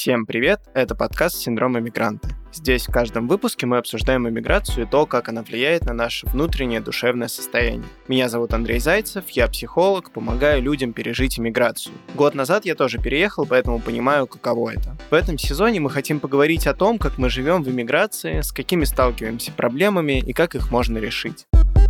Всем привет, это подкаст «Синдром иммигранта». Здесь в каждом выпуске мы обсуждаем иммиграцию и то, как она влияет на наше внутреннее душевное состояние. Меня зовут Андрей Зайцев, я психолог, помогаю людям пережить иммиграцию. Год назад я тоже переехал, поэтому понимаю, каково это. В этом сезоне мы хотим поговорить о том, как мы живем в иммиграции, с какими сталкиваемся проблемами и как их можно решить.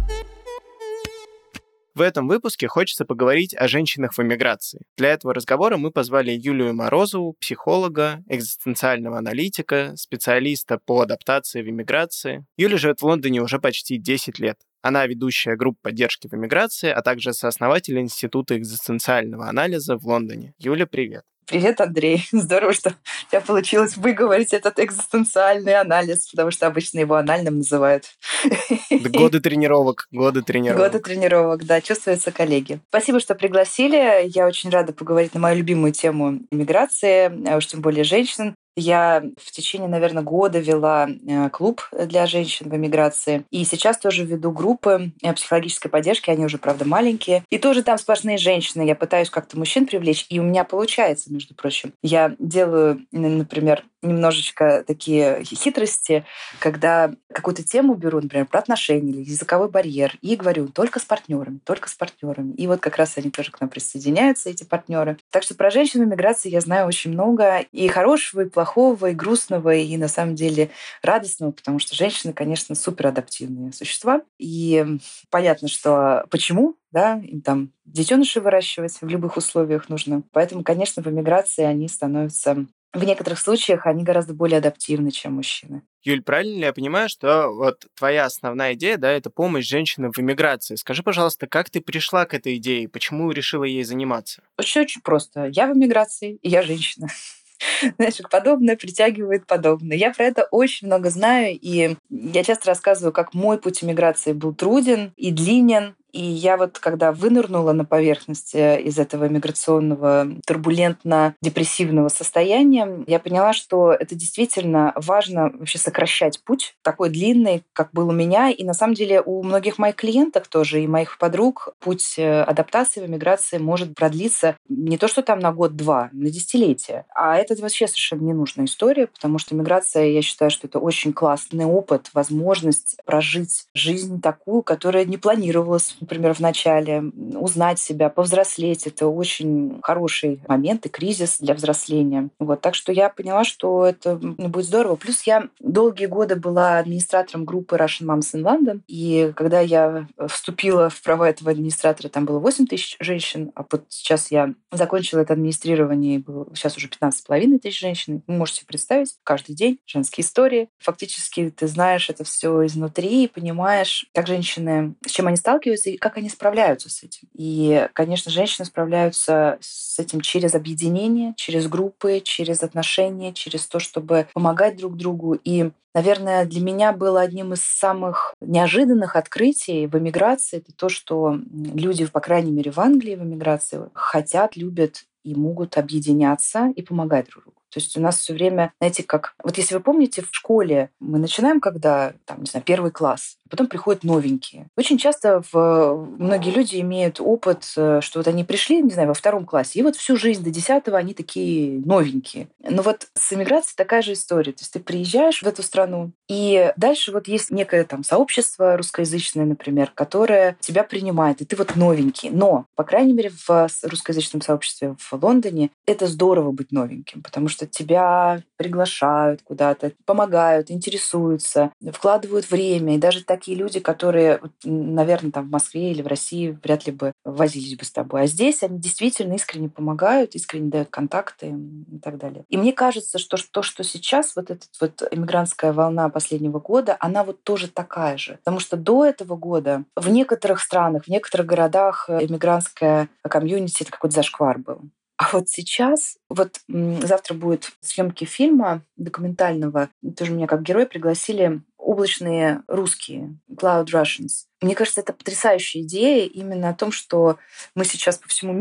В этом выпуске хочется поговорить о женщинах в эмиграции. Для этого разговора мы позвали Юлию Морозову, психолога, экзистенциального аналитика, специалиста по адаптации в эмиграции. Юля живет в Лондоне уже почти 10 лет. Она ведущая групп поддержки в эмиграции, а также сооснователь Института экзистенциального анализа в Лондоне. Юля, привет. Привет, Андрей. Здорово, что у тебя получилось выговорить этот экзистенциальный анализ, потому что обычно его анальным называют. Да, годы тренировок. Годы тренировок, да, чувствуются коллеги. Спасибо, что пригласили. Я очень рада поговорить на мою любимую тему иммиграции, а уж тем более женщин. Я в течение, наверное, года вела клуб для женщин в эмиграции. И сейчас тоже веду группы психологической поддержки. Они уже, правда, маленькие. И тоже там сплошные женщины. Я пытаюсь как-то мужчин привлечь. И у меня получается, между прочим. Я делаю, например, немножечко такие хитрости, когда какую-то тему беру, например, про отношения или языковой барьер, и говорю только с партнерами, только с партнерами. И вот как раз они тоже к нам присоединяются, эти партнеры. Так что про женщин в эмиграции я знаю очень много. И хорошего, и плохого, и грустного, и на самом деле радостного, потому что женщины, конечно, суперадаптивные существа. И понятно, что почему, да, им там детенышей выращивать в любых условиях нужно. Поэтому, конечно, в эмиграции они становятся... В некоторых случаях они гораздо более адаптивны, чем мужчины. Юль, правильно ли я понимаю, что вот твоя основная идея, да, это помощь женщинам в эмиграции? Скажи, пожалуйста, как ты пришла к этой идее, почему решила ей заниматься? Очень просто. Я в эмиграции, и я женщина. Знаешь, подобное притягивает подобное. Я про это очень много знаю, и я часто рассказываю, как мой путь эмиграции был труден и длинен. И я вот, когда вынырнула на поверхность из этого миграционного турбулентно-депрессивного состояния, я поняла, что это действительно важно вообще сокращать путь, такой длинный, как был у меня. И на самом деле у многих моих клиенток тоже и моих подруг путь адаптации в эмиграции может продлиться не то, что там на год-два, на десятилетия. А это вообще совершенно ненужная история, потому что миграция, я считаю, что это очень классный опыт, возможность прожить жизнь такую, которая не планировалась, например, в начале, узнать себя, повзрослеть. Это очень хороший момент и кризис для взросления. Вот. Так что я поняла, что это будет здорово. Плюс я долгие годы была администратором группы Russian Moms in London. И когда я вступила в права этого администратора, там было 8 тысяч женщин, а вот сейчас я закончила это администрирование, и было сейчас уже 15,5 тысяч женщин. Вы можете представить, каждый день женские истории. Фактически ты знаешь это все изнутри и понимаешь, как женщины, с чем они сталкиваются, и как они справляются с этим. И, конечно, женщины справляются с этим через объединение, через группы, через отношения, через то, чтобы помогать друг другу. И, наверное, для меня было одним из самых неожиданных открытий в эмиграции это то, что люди, по крайней мере, в Англии в эмиграции хотят, любят и могут объединяться и помогать друг другу. То есть у нас все время, знаете, как... Вот если вы помните, в школе мы начинаем, когда, там, не знаю, 1 класс, потом приходят новенькие. Очень часто многие люди имеют опыт, что вот они пришли, не знаю, во 2 классе, и вот всю жизнь до 10-го они такие новенькие. Но вот с эмиграцией такая же история. То есть ты приезжаешь в эту страну, и дальше вот есть некое там сообщество русскоязычное, например, которое тебя принимает, и ты вот новенький. Но, по крайней мере, в русскоязычном сообществе в Лондоне это здорово быть новеньким, потому что тебя приглашают куда-то, помогают, интересуются, вкладывают время. И даже такие люди, которые, наверное, там в Москве или в России вряд ли бы возились бы с тобой. А здесь они действительно искренне помогают, искренне дают контакты и так далее. И мне кажется, что то, что сейчас вот эта вот эмигрантская волна последнего года, она вот тоже такая же. Потому что до этого года в некоторых странах, в некоторых городах эмигрантская комьюнити — это какой-то зашквар был. А вот сейчас, вот завтра будут съемки фильма документального, тоже меня как герой пригласили облачные русские, Cloud Russians. Мне кажется, это потрясающая идея именно о том, что мы сейчас по всему миру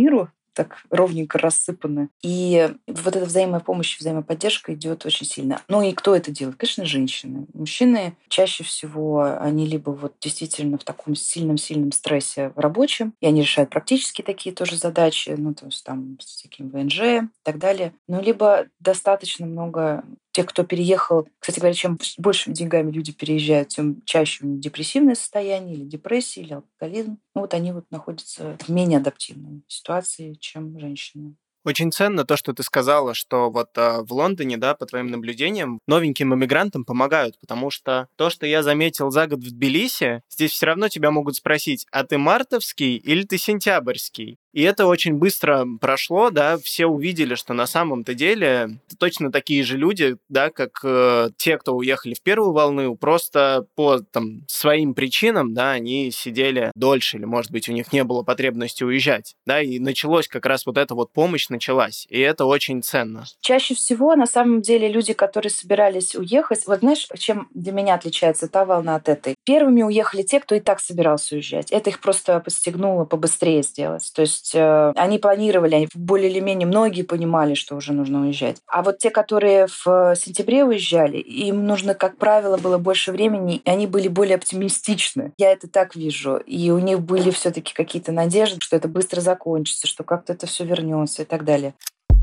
так ровненько рассыпаны. И вот эта взаимопомощь, взаимоподдержка идет очень сильно. Ну и кто это делает? Конечно, женщины. Мужчины чаще всего, они либо вот действительно в таком сильном-сильном стрессе рабочем, и они решают практически такие тоже задачи, ну, то есть там с таким ВНЖ и так далее. Ну, либо достаточно много тех, кто переехал. Кстати говоря, чем с большими деньгами люди переезжают, тем чаще у них депрессивное состояние или депрессия, или алкоголизм. Ну, вот они вот находятся в менее адаптивной ситуации, чем женщины. Очень ценно то, что ты сказала, что вот в Лондоне, да, по твоим наблюдениям, новеньким иммигрантам помогают, потому что то, что я заметил за год в Тбилиси, здесь все равно тебя могут спросить, а ты мартовский или ты сентябрьский? И это очень быстро прошло, да, все увидели, что на самом-то деле точно такие же люди, да, как те, кто уехали в первую волну, просто по там, своим причинам, да, они сидели дольше, или, может быть, у них не было потребности уезжать, да, и началось как раз вот эта вот помощь началась, и это очень ценно. Чаще всего, на самом деле, люди, которые собирались уехать, вот знаешь, чем для меня отличается та волна от этой? Первыми уехали те, кто и так собирался уезжать. Это их просто подстегнуло побыстрее сделать. То есть они планировали, они более или менее многие понимали, что уже нужно уезжать. А вот те, которые в сентябре уезжали, им нужно, как правило, было больше времени, и они были более оптимистичны. Я это так вижу. И у них были все-таки какие-то надежды, что это быстро закончится, что как-то это все вернется и так далее.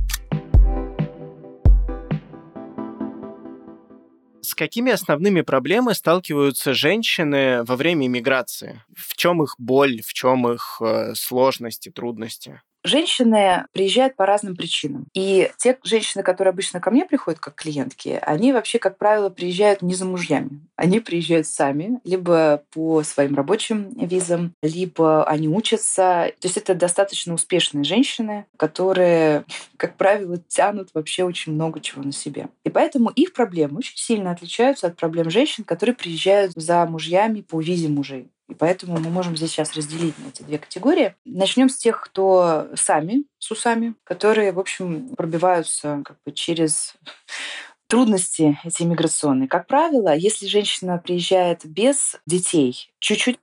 С какими основными проблемами сталкиваются женщины во время миграции? В чем их боль, в чем их сложности, трудности? Женщины приезжают по разным причинам. И те женщины, которые обычно ко мне приходят как клиентки, они вообще, как правило, приезжают не за мужьями. Они приезжают сами, либо по своим рабочим визам, либо они учатся. То есть это достаточно успешные женщины, которые, как правило, тянут вообще очень много чего на себе. И поэтому их проблемы очень сильно отличаются от проблем женщин, которые приезжают за мужьями по визе мужей. И поэтому мы можем здесь сейчас разделить на эти две категории. Начнем с тех, кто сами, с усами, которые, в общем, пробиваются как бы через трудности эти миграционные. Как правило, если женщина приезжает без детей, чуть-чуть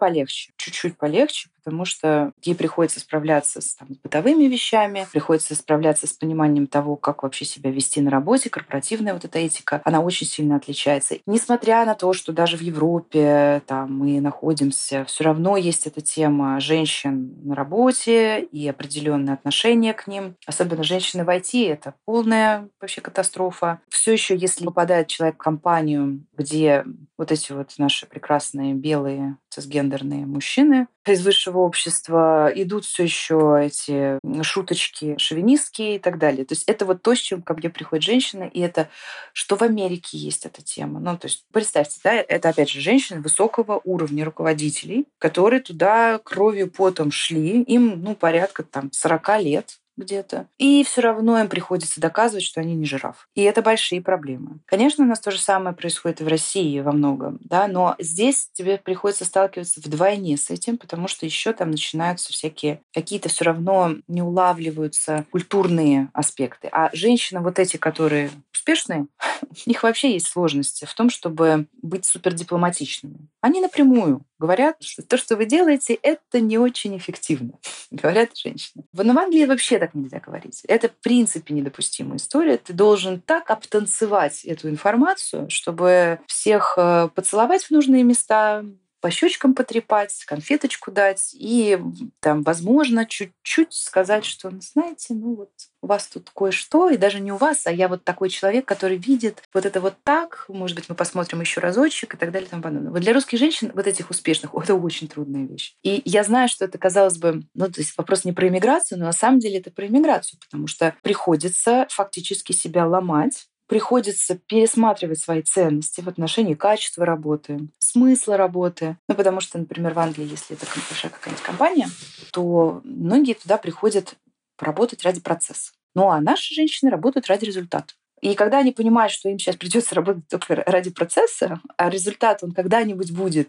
полегче, потому что ей приходится справляться с бытовыми вещами, приходится справляться с пониманием того, как вообще себя вести на работе, корпоративная вот эта этика, она очень сильно отличается. Несмотря на то, что даже в Европе там мы находимся, все равно есть эта тема женщин на работе и определенное отношение к ним. Особенно женщины в IT — это полная вообще катастрофа. Все еще, если попадает человек в компанию, где вот эти вот наши прекрасные белые цисгендерные мужчины из высшего общества, идут все еще эти шуточки шовинистские и так далее. То есть это вот то, с чем ко мне приходит женщина, и это что в Америке есть эта тема. Ну, то есть представьте, да, это опять же женщины высокого уровня руководителей, которые туда кровью, потом шли, им, порядка 40 лет где-то. И все равно им приходится доказывать, что они не жираф. И это большие проблемы. Конечно, у нас то же самое происходит и в России во многом, да, но здесь тебе приходится сталкиваться вдвойне с этим, потому что еще там начинаются всякие какие-то все равно не улавливаются культурные аспекты. А женщины вот эти, которые успешные, у них вообще есть сложности в том, чтобы быть супердипломатичными. Они напрямую говорят, что то, что вы делаете, это не очень эффективно, говорят женщины. В Англии вообще так нельзя говорить. Это в принципе недопустимая история. Ты должен так обтанцевать эту информацию, чтобы всех поцеловать в нужные места, по щечкам потрепать, конфеточку дать и там, возможно, чуть-чуть сказать, что, знаете, вот у вас тут кое-что, и даже не у вас, а я вот такой человек, который видит вот это вот так, может быть, мы посмотрим еще разочек и так далее и тому подобное. Вот для русских женщин, вот этих успешных, это очень трудная вещь. И я знаю, что это, казалось бы, то есть вопрос не про иммиграцию, но на самом деле это про иммиграцию, потому что приходится фактически себя ломать, приходится пересматривать свои ценности в отношении качества работы, смысла работы. Потому что, например, в Англии, если это большая какая-нибудь компания, то многие туда приходят работать ради процесса. А наши женщины работают ради результата. И когда они понимают, что им сейчас придется работать только ради процесса, а результат он когда-нибудь будет,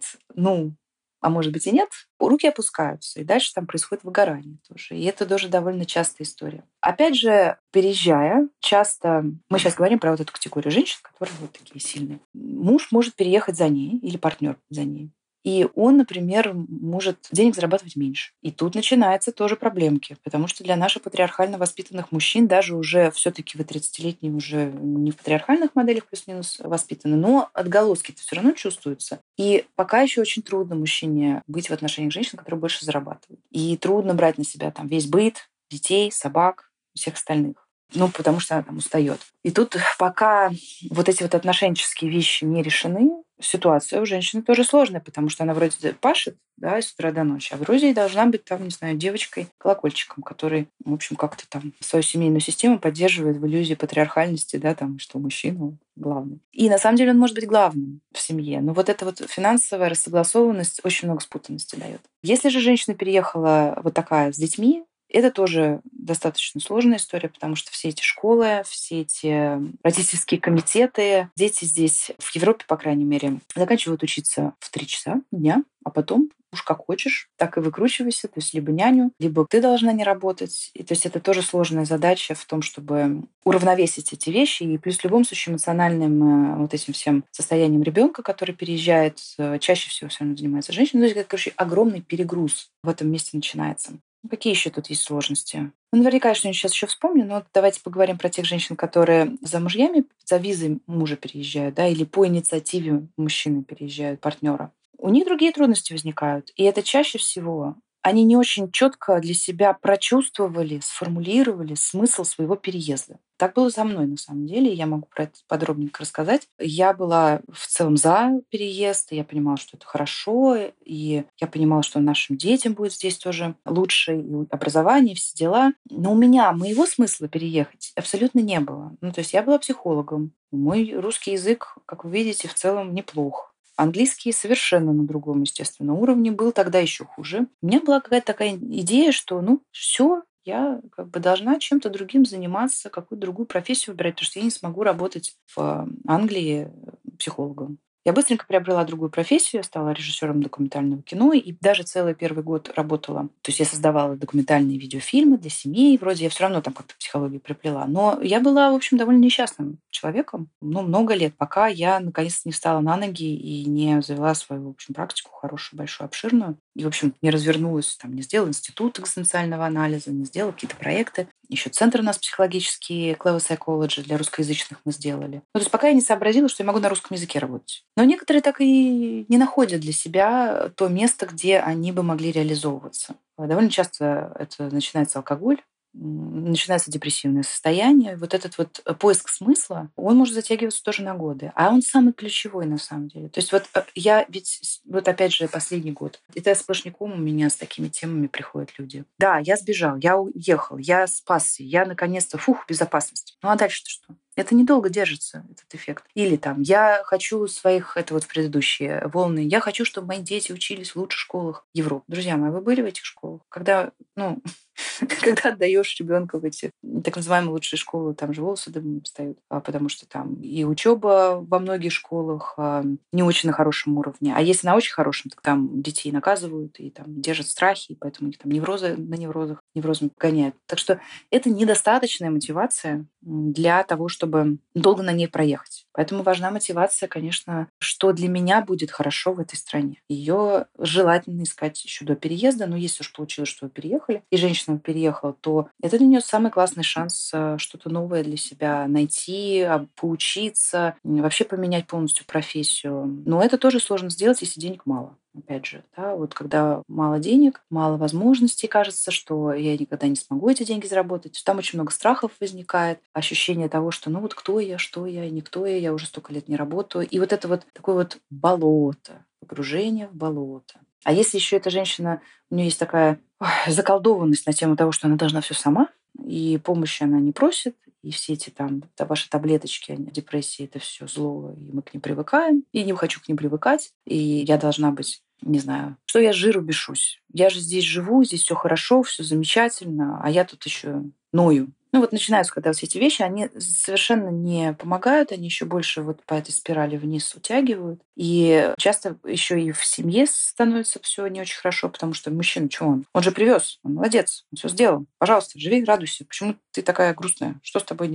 а может быть и нет, руки опускаются, и дальше там происходит выгорание тоже. И это тоже довольно частая история. Опять же, переезжая, часто, мы сейчас говорим про вот эту категорию женщин, которые вот такие сильные, муж может переехать за ней или партнер за ней. И он, например, может денег зарабатывать меньше. И тут начинаются тоже проблемки, потому что для наших патриархально воспитанных мужчин, даже уже все-таки вы 30-летние уже не в патриархальных моделях плюс-минус воспитаны, но отголоски-то все равно чувствуются. И пока еще очень трудно мужчине быть в отношениях женщин, которые больше зарабатывают. И трудно брать на себя там весь быт, детей, собак, всех остальных. Ну, потому что она там устает. И тут пока вот эти вот отношенческие вещи не решены, ситуация у женщины тоже сложная, потому что она вроде пашет, да, с утра до ночи, а вроде и должна быть там, не знаю, девочкой-колокольчиком, который, в общем, как-то там свою семейную систему поддерживает в иллюзии патриархальности, да, там, что мужчина главный. И на самом деле он может быть главным в семье, но вот эта вот финансовая рассогласованность очень много спутанности дает. Если же женщина переехала вот такая с детьми, это тоже достаточно сложная история, потому что все эти школы, все эти родительские комитеты, дети здесь, в Европе, по крайней мере, заканчивают учиться в 3 часа дня, а потом уж как хочешь, так и выкручивайся. То есть либо няню, либо ты должна не работать. И то есть это тоже сложная задача в том, чтобы уравновесить эти вещи. И плюс в любом случае эмоциональным вот этим всем состоянием ребенка, который переезжает, чаще всего все равно занимается женщина. То есть это, короче, огромный перегруз в этом месте начинается. Какие еще тут есть сложности? Ну, наверняка я что-нибудь сейчас еще вспомню, но давайте поговорим про тех женщин, которые за мужьями, за визой мужа переезжают, да, или по инициативе мужчины переезжают, партнера. У них другие трудности возникают. И это чаще всего они не очень четко для себя прочувствовали, сформулировали смысл своего переезда. Так было за мной, на самом деле. Я могу про это подробненько рассказать. Я была в целом за переезд, и я понимала, что это хорошо, и я понимала, что нашим детям будет здесь тоже лучше, и образование, и все дела. Но у меня моего смысла переехать абсолютно не было. Ну, то есть я была психологом. Мой русский язык, как вы видите, в целом неплох. Английский совершенно на другом, естественно, уровне был, тогда еще хуже. У меня была какая-то такая идея, что ну все, я как бы должна чем-то другим заниматься, какую-то другую профессию выбирать, потому что я не смогу работать в Англии психологом. Я быстренько приобрела другую профессию, я стала режиссером документального кино, и даже целый первый год работала. То есть я создавала документальные видеофильмы для семей, вроде я все равно там как-то психологию приплела. Но я была, в общем, довольно несчастным человеком, ну, много лет, пока я наконец-то не встала на ноги и не завела свою, в общем, практику хорошую, большую, обширную. И, в общем, не развернулась, там, не сделала институт экзистенциального анализа, не сделала какие-то проекты. Еще центр у нас психологический, Clever Psychology для русскоязычных мы сделали. Ну, то есть пока я не сообразила, что я могу на русском языке работать. Но некоторые так и не находят для себя то место, где они бы могли реализовываться. Довольно часто это начинается алкоголь, начинается депрессивное состояние. Вот этот вот поиск смысла, он может затягиваться тоже на годы. А он самый ключевой на самом деле. То есть вот я ведь, вот опять же, последний год, это сплошняком у меня с такими темами приходят люди. Да, я сбежал, я уехал, я спасся, я наконец-то, безопасность. Ну а дальше-то что? Это недолго держится, этот эффект. Или там, я хочу своих, это вот в предыдущие волны, я хочу, чтобы мои дети учились в лучших школах Европы. Друзья мои, вы были в этих школах? Когда, ну, когда отдаешь ребенка в эти так называемые лучшие школы, там же волосы дыбом встают, потому что там и учеба во многих школах не очень на хорошем уровне. А если на очень хорошем, так там детей наказывают и там держат страхи, и поэтому у них там неврозы на неврозах, неврозами гоняют. Так что это недостаточная мотивация для того, чтобы долго на ней проехать. Поэтому важна мотивация, конечно, что для меня будет хорошо в этой стране. Ее желательно искать еще до переезда, но если уж получилось, что вы переехали, и женщина переехала, то это для нее самый классный шанс что-то новое для себя найти, поучиться, вообще поменять полностью профессию. Но это тоже сложно сделать, если денег мало. Опять же, да, вот когда мало денег, мало возможностей, кажется, что я никогда не смогу эти деньги заработать. Там очень много страхов возникает, ощущение того, что ну вот кто я, что я, никто я уже столько лет не работаю. И вот это вот такое вот болото, погружение в болото. А если еще эта женщина, у нее есть такая заколдованность на тему того, что она должна все сама, и помощи она не просит, и все эти там ваши таблеточки депрессии, это все зло, и мы к ним привыкаем, и не хочу к ним привыкать, и я должна быть, не знаю, что я с жиру бешусь. Я же здесь живу, здесь все хорошо, все замечательно, а я тут еще ною. Ну вот начинаются, когда все эти вещи, они совершенно не помогают, они еще больше вот по этой спирали вниз утягивают. И часто еще и в семье становится все не очень хорошо, потому что мужчина, что он? Он же привез, он молодец, он все сделал. Пожалуйста, живи, радуйся. Почему ты такая грустная? Что с тобой не так?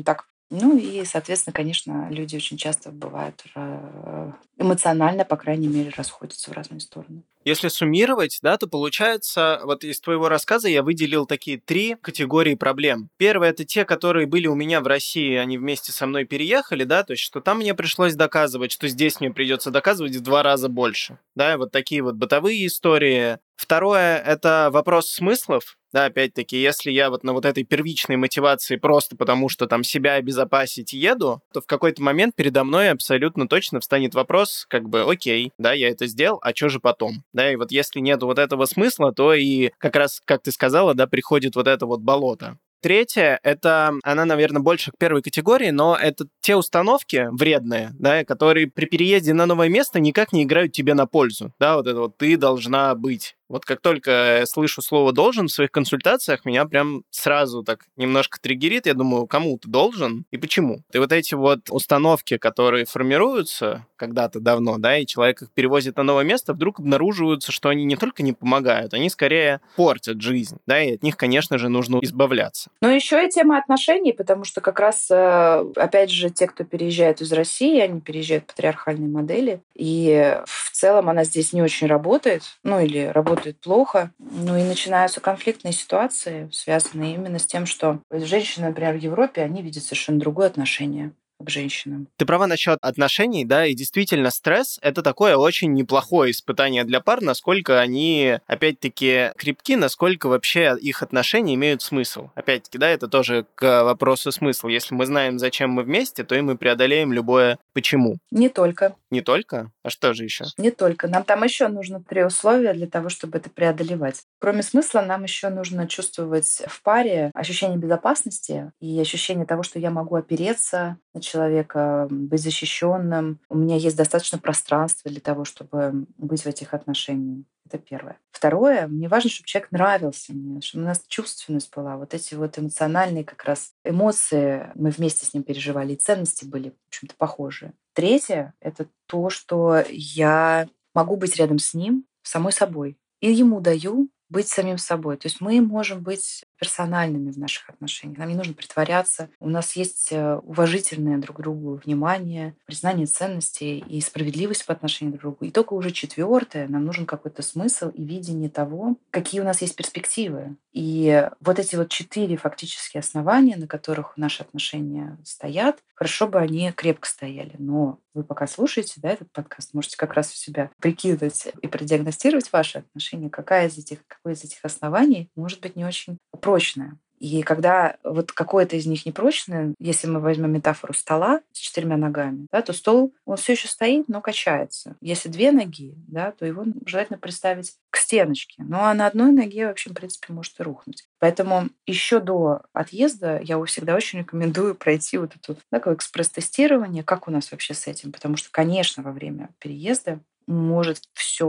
Ну и, соответственно, конечно, люди очень часто бывают эмоционально, по крайней мере, расходятся в разные стороны. Если суммировать, да, то получается, вот из твоего рассказа я выделил такие 3 категории проблем. Первое — это те, которые были у меня в России, они вместе со мной переехали, да, то есть что там мне пришлось доказывать, что здесь мне придется доказывать в 2 раза больше, да, вот такие вот бытовые истории. Второе — это вопрос смыслов, да, опять-таки, если я вот на вот этой первичной мотивации просто потому, что там себя обезопасить еду, то в какой-то момент передо мной абсолютно точно встанет вопрос, как бы, окей, да, я это сделал, а что же потом? Да, и вот если нет вот этого смысла, то и как раз, как ты сказала, да, приходит вот это вот болото. Третье, это, она, наверное, больше к первой категории, но это те установки вредные, да, которые при переезде на новое место никак не играют тебе на пользу, да, вот это вот ты должна быть. Вот как только я слышу слово «должен» в своих консультациях, меня прям сразу так немножко триггерит. Я думаю, кому ты должен и почему? И вот эти вот установки, которые формируются когда-то давно, да, и человек их перевозит на новое место, вдруг обнаруживаются, что они не только не помогают, они скорее портят жизнь, да, и от них, конечно же, нужно избавляться. Но еще и тема отношений, потому что как раз, опять же, те, кто переезжает из России, они переезжают в патриархальной модели, и в целом она здесь не очень работает, ну или работает плохо. Ну и начинаются конфликтные ситуации, связанные именно с тем, что женщины, например, в Европе, они видят совершенно другое отношение к женщинам. Ты права насчет отношений, да, и действительно стресс — это такое очень неплохое испытание для пар, насколько они, опять-таки, крепки, насколько вообще их отношения имеют смысл. Опять-таки, да, это тоже к вопросу смысла. Если мы знаем, зачем мы вместе, то и мы преодолеем любое «почему». Не только. Не только? А что же еще? Не только. Нам там еще нужно 3 условия для того, чтобы это преодолевать. Кроме смысла, нам еще нужно чувствовать в паре ощущение безопасности и ощущение того, что я могу опереться на человека, быть защищенным. У меня есть достаточно пространства для того, чтобы быть в этих отношениях. Это первое. Второе, мне важно, чтобы человек нравился мне, чтобы у нас чувственность была. Вот эти вот эмоциональные как раз эмоции мы вместе с ним переживали, и ценности были, в общем-то, похожие. Третье — это то, что я могу быть рядом с ним, самой собой. И ему даю быть самим собой. То есть мы можем быть персональными в наших отношениях. Нам не нужно притворяться. У нас есть уважительное друг к другу внимание, признание ценностей и справедливость по отношению друг к другу. И только уже четвертое, нам нужен какой-то смысл и видение того, какие у нас есть перспективы. И вот эти вот 4 фактически основания, на которых наши отношения стоят, хорошо бы они крепко стояли. Но вы пока слушаете, да, этот подкаст, можете как раз у себя прикидывать и продиагностировать ваши отношения, какое из этих оснований может быть не очень прочное. И когда вот какое-то из них непрочное, если мы возьмем метафору стола с 4 ногами, да, то стол, он все еще стоит, но качается. Если 2 ноги, да, то его желательно приставить к стеночке. Ну а на одной ноге вообще, в принципе, может и рухнуть. Поэтому еще до отъезда я всегда очень рекомендую пройти вот это такое экспресс-тестирование, как у нас вообще с этим. Потому что, конечно, во время переезда может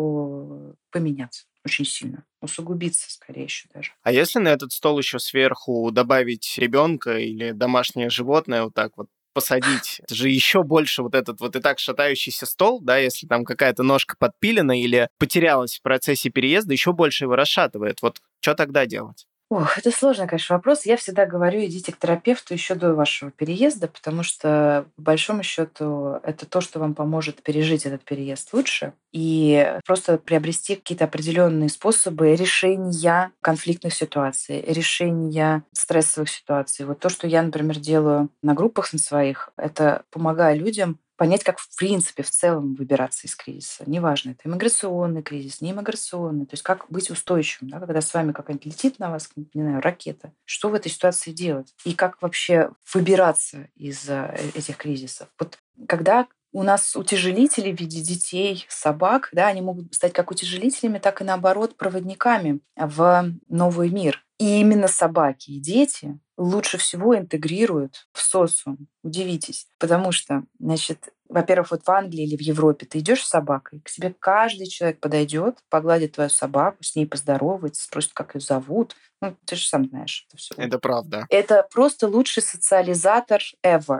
все поменяться очень сильно, усугубиться скорее еще даже. А если на этот стол еще сверху добавить ребенка или домашнее животное, вот так вот посадить, это же еще больше вот этот вот и так шатающийся стол, да, если там какая-то ножка подпилена или потерялась в процессе переезда, еще больше его расшатывает. Вот что тогда делать? Ох, это сложный, конечно, вопрос. Я всегда говорю, идите к терапевту еще до вашего переезда, потому что, по большому счету, это то, что вам поможет пережить этот переезд лучше и просто приобрести какие-то определенные способы решения конфликтных ситуаций, решения стрессовых ситуаций. Вот то, что я, например, делаю на группах на своих, это помогаю людям понять, как в принципе в целом выбираться из кризиса. Неважно, это иммиграционный кризис, не иммиграционный. То есть как быть устойчивым, да, когда с вами какая-нибудь летит на вас, не знаю, ракета. Что в этой ситуации делать? И как вообще выбираться из этих кризисов? Вот когда у нас утяжелители в виде детей, собак, да, они могут стать как утяжелителями, так и наоборот проводниками в новый мир. И именно собаки и дети лучше всего интегрируют в социум. Удивитесь. Потому что, значит, во-первых, вот в Англии или в Европе ты идешь с собакой, к тебе каждый человек подойдет, погладит твою собаку, с ней поздоровается, спросит, как ее зовут. Ну, ты же сам знаешь это все. Это правда. Это просто лучший социализатор ever.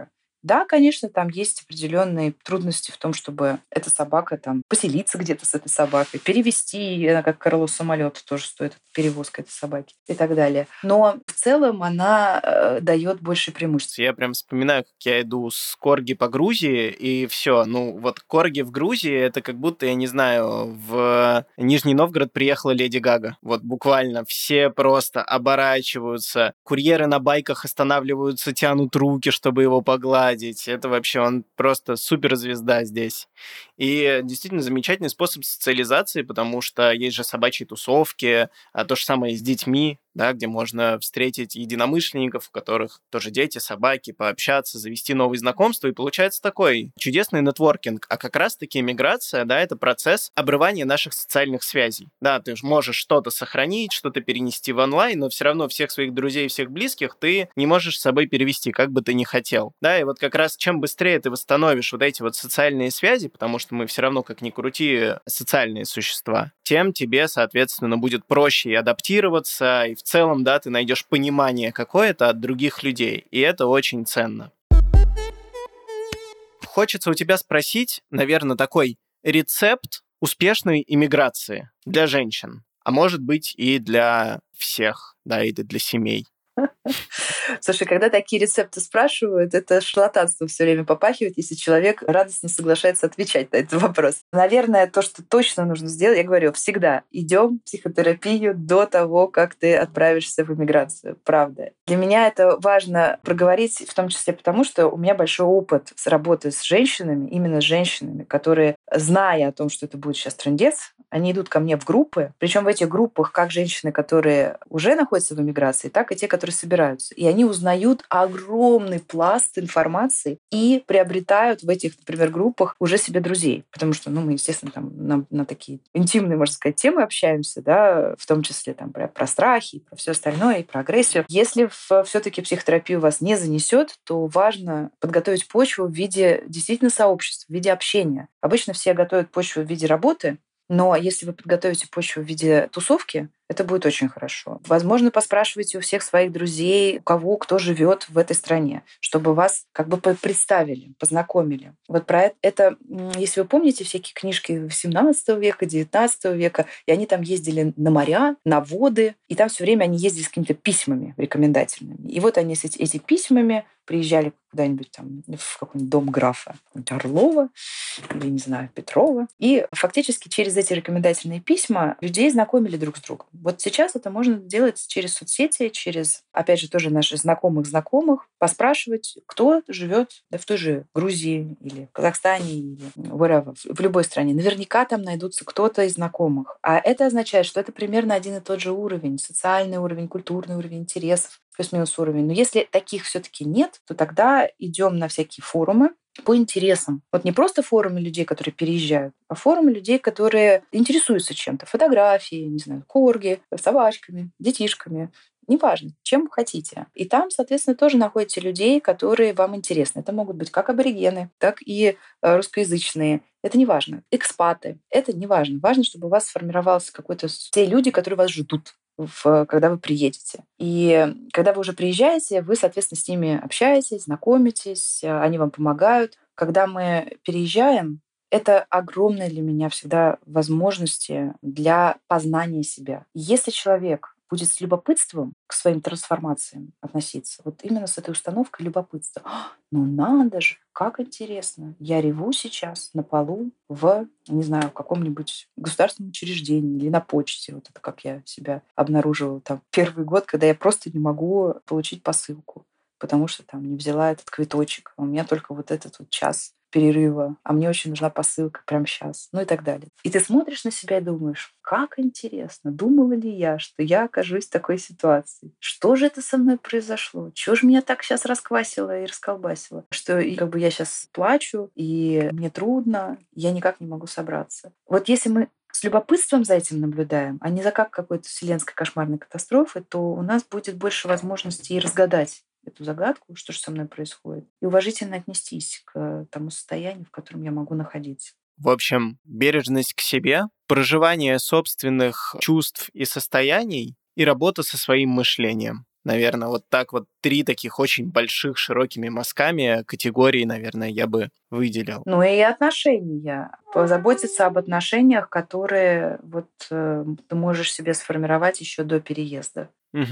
Да, конечно, там есть определенные трудности в том, чтобы эта собака там поселиться где-то с этой собакой, перевести ее, как крыло самолета тоже стоит перевозка этой собаки и так далее. Но в целом она дает больше преимуществ. Я прям вспоминаю, как я иду с корги по Грузии, и все. Ну, вот корги в Грузии, это как будто, я не знаю, в Нижний Новгород приехала Леди Гага. Вот буквально все просто оборачиваются. Курьеры на байках останавливаются, тянут руки, чтобы его погладить. Это вообще, он просто суперзвезда здесь. И действительно замечательный способ социализации, потому что есть же собачьи тусовки, а то же самое и с детьми, да, где можно встретить единомышленников, у которых тоже дети, собаки, пообщаться, завести новые знакомства, и получается такой чудесный нетворкинг. А как раз-таки миграция, да, это процесс обрывания наших социальных связей. Да, ты же можешь что-то сохранить, что-то перенести в онлайн, но все равно всех своих друзей, всех близких ты не можешь с собой перевести, как бы ты ни хотел. Да, и вот как раз чем быстрее ты восстановишь вот эти вот социальные связи, потому что мы все равно, как ни крути, социальные существа, тем тебе, соответственно, будет проще и адаптироваться, и в целом, да, ты найдешь понимание какое-то от других людей, и это очень ценно. Хочется у тебя спросить, наверное, такой рецепт успешной иммиграции для женщин, а может быть и для всех, да, и для семей. Слушай, когда такие рецепты спрашивают, это шарлатанство все время попахивает, если человек радостно соглашается отвечать на этот вопрос. Наверное, то, что точно нужно сделать, я говорю, всегда идем в психотерапию до того, как ты отправишься в эмиграцию. Правда. Для меня это важно проговорить, в том числе потому, что у меня большой опыт с работы с женщинами, именно с женщинами, которые, зная о том, что это будет сейчас трындец, они идут ко мне в группы, причем в этих группах как женщины, которые уже находятся в эмиграции, так и те, которые собираются. И они узнают огромный пласт информации и приобретают в этих, например, группах уже себе друзей. Потому что, мы, естественно, там на такие интимные, можно сказать, темы общаемся, да, в том числе там про страхи, про все остальное, и про агрессию. Если все-таки психотерапию вас не занесет, то важно подготовить почву в виде действительно сообщества, в виде общения. Обычно все готовят почву в виде работы, но если вы подготовите почву в виде тусовки, это будет очень хорошо. Возможно, поспрашивайте у всех своих друзей, у кого кто живет в этой стране, чтобы вас как бы представили, познакомили. Вот про это, если вы помните всякие книжки XVII века, XIX века, и они там ездили на моря, на воды, и там все время они ездили с какими-то письмами рекомендательными. И вот они с эти письмами приезжали куда-нибудь там в какой-нибудь дом графа Орлова или, не знаю, Петрова. И фактически через эти рекомендательные письма людей знакомили друг с другом. Вот сейчас это можно делать через соцсети, через, опять же, тоже наших знакомых, поспрашивать, кто живет в той же Грузии или в Казахстане или wherever, в любой стране. Наверняка там найдутся кто-то из знакомых. А это означает, что это примерно один и тот же уровень, социальный уровень, культурный уровень интересов, плюс-минус уровень. Но если таких все-таки нет, то тогда идем на всякие форумы по интересам. Вот не просто форумы людей, которые переезжают, а форумы людей, которые интересуются чем-то. Фотографии, не знаю, корги, собачками, детишками. Неважно, чем хотите. И там, соответственно, тоже находите людей, которые вам интересны. Это могут быть как аборигены, так и русскоязычные. Это не важно. Экспаты. Это не важно. Важно, чтобы у вас сформировался какой-то... Те люди, которые вас ждут, когда вы приедете. И когда вы уже приезжаете, вы, соответственно, с ними общаетесь, знакомитесь, они вам помогают. Когда мы переезжаем, это огромные для меня всегда возможности для познания себя. Если человек будет с любопытством к своим трансформациям относиться, вот именно с этой установкой любопытства. Ну надо же, как интересно. Я реву сейчас на полу не знаю, в каком-нибудь государственном учреждении или на почте. Вот это как я себя обнаруживала там первый год, когда я просто не могу получить посылку, потому что там не взяла этот квиточек. У меня только вот этот вот час перерыва, а мне очень нужна посылка прямо сейчас, и так далее. И ты смотришь на себя и думаешь, как интересно, думала ли я, что я окажусь в такой ситуации? Что же это со мной произошло? Чего же меня так сейчас расквасило и расколбасило? Что я сейчас плачу, и мне трудно, я никак не могу собраться. Вот если мы с любопытством за этим наблюдаем, а не за как какой-то вселенской кошмарной катастрофы, то у нас будет больше возможностей разгадать эту загадку, что же со мной происходит, и уважительно отнестись к тому состоянию, в котором я могу находиться. В общем, бережность к себе, проживание собственных чувств и состояний и работа со своим мышлением. Наверное, вот так вот 3 таких очень больших, широкими мазками категории, наверное, я бы выделил. Ну и отношения. Позаботиться об отношениях, которые ты можешь себе сформировать еще до переезда.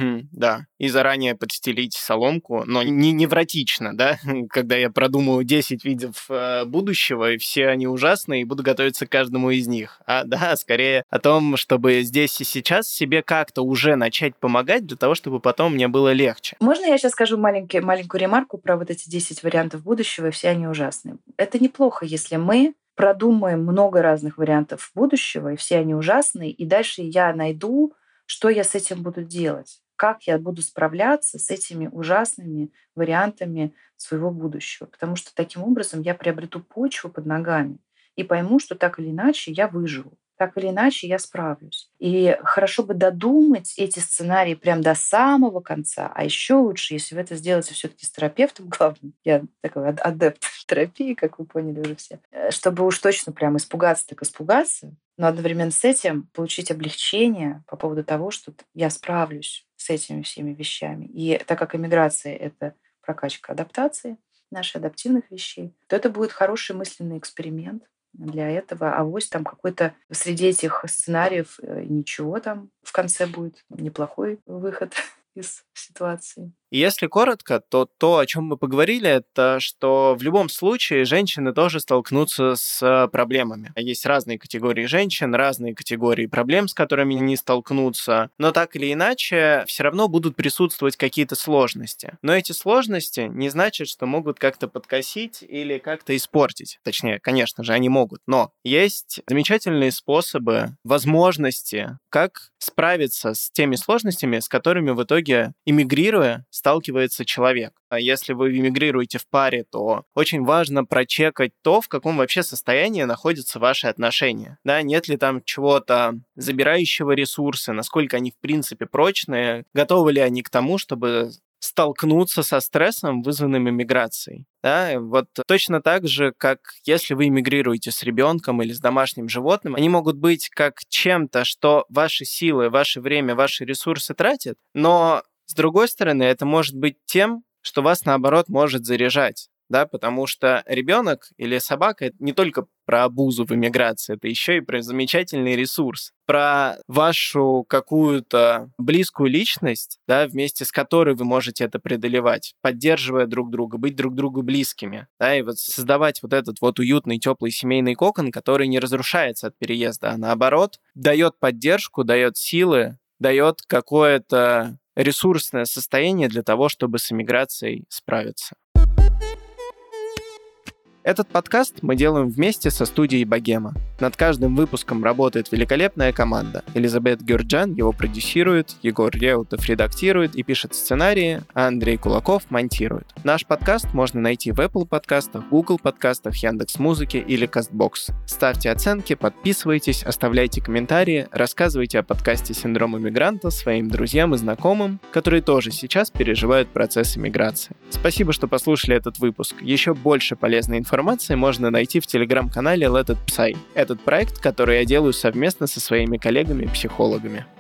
Да. И заранее подстелить соломку, но не невротично, да? Когда я продумаю 10 видов будущего, и все они ужасные, и буду готовиться к каждому из них. Скорее о том, чтобы здесь и сейчас себе как-то уже начать помогать для того, чтобы потом мне было легче. Можно я сейчас скажу маленькую ремарку про вот эти 10 вариантов будущего, и все они ужасные? Это неплохо, если мы продумаем много разных вариантов будущего, и все они ужасные, и дальше я найду, что я с этим буду делать, как я буду справляться с этими ужасными вариантами своего будущего. Потому что таким образом я приобрету почву под ногами и пойму, что так или иначе я выживу, так или иначе я справлюсь. И хорошо бы додумать эти сценарии прям до самого конца. А еще лучше, если вы это сделаете все-таки с терапевтом главным. Я такой адепт терапии, как вы поняли уже все. Чтобы уж точно прям испугаться, так испугаться, но одновременно с этим получить облегчение по поводу того, что я справлюсь с этими всеми вещами. И так как иммиграция — это прокачка адаптации, наших адаптивных вещей, то это будет хороший мысленный эксперимент для этого. Авось там какой-то среди этих сценариев ничего там в конце будет, неплохой выход из ситуации. И если коротко, то, о чем мы поговорили, это что в любом случае женщины тоже столкнутся с проблемами. Есть разные категории женщин, разные категории проблем, с которыми они столкнутся, но так или иначе все равно будут присутствовать какие-то сложности. Но эти сложности не значит, что могут как-то подкосить или как-то испортить. Точнее, конечно же, они могут, но есть замечательные способы, возможности, как справиться с теми сложностями, с которыми в итоге, эмигрируя, сталкивается человек. А если вы эмигрируете в паре, то очень важно прочекать то, в каком вообще состоянии находятся ваши отношения. Да, нет ли там чего-то забирающего ресурсы, насколько они в принципе прочные, готовы ли они к тому, чтобы столкнуться со стрессом, вызванным иммиграцией. Да, вот точно так же, как если вы эмигрируете с ребенком или с домашним животным, они могут быть как чем-то, что ваши силы, ваше время, ваши ресурсы тратят, но с другой стороны, это может быть тем, что вас, наоборот, может заряжать, да, потому что ребенок или собака — это не только про абузу в эмиграции, это еще и про замечательный ресурс, про вашу какую-то близкую личность, да, вместе с которой вы можете это преодолевать, поддерживая друг друга, быть друг другу близкими, да, и вот создавать вот этот вот уютный, теплый семейный кокон, который не разрушается от переезда, а наоборот, дает поддержку, дает силы, дает какое-то ресурсное состояние для того, чтобы с эмиграцией справиться. Этот подкаст мы делаем вместе со студией «Богема». Над каждым выпуском работает великолепная команда. Элизабет Гюрджан его продюсирует, Егор Реутов редактирует и пишет сценарии, а Андрей Кулаков монтирует. Наш подкаст можно найти в Apple подкастах, Google подкастах, Яндекс.Музыке или Castbox. Ставьте оценки, подписывайтесь, оставляйте комментарии, рассказывайте о подкасте «Синдром иммигранта» своим друзьям и знакомым, которые тоже сейчас переживают процесс иммиграции. Спасибо, что послушали этот выпуск. Еще больше полезной информации можно найти в телеграм-канале Let It Psy. Этот проект, который я делаю совместно со своими коллегами-психологами.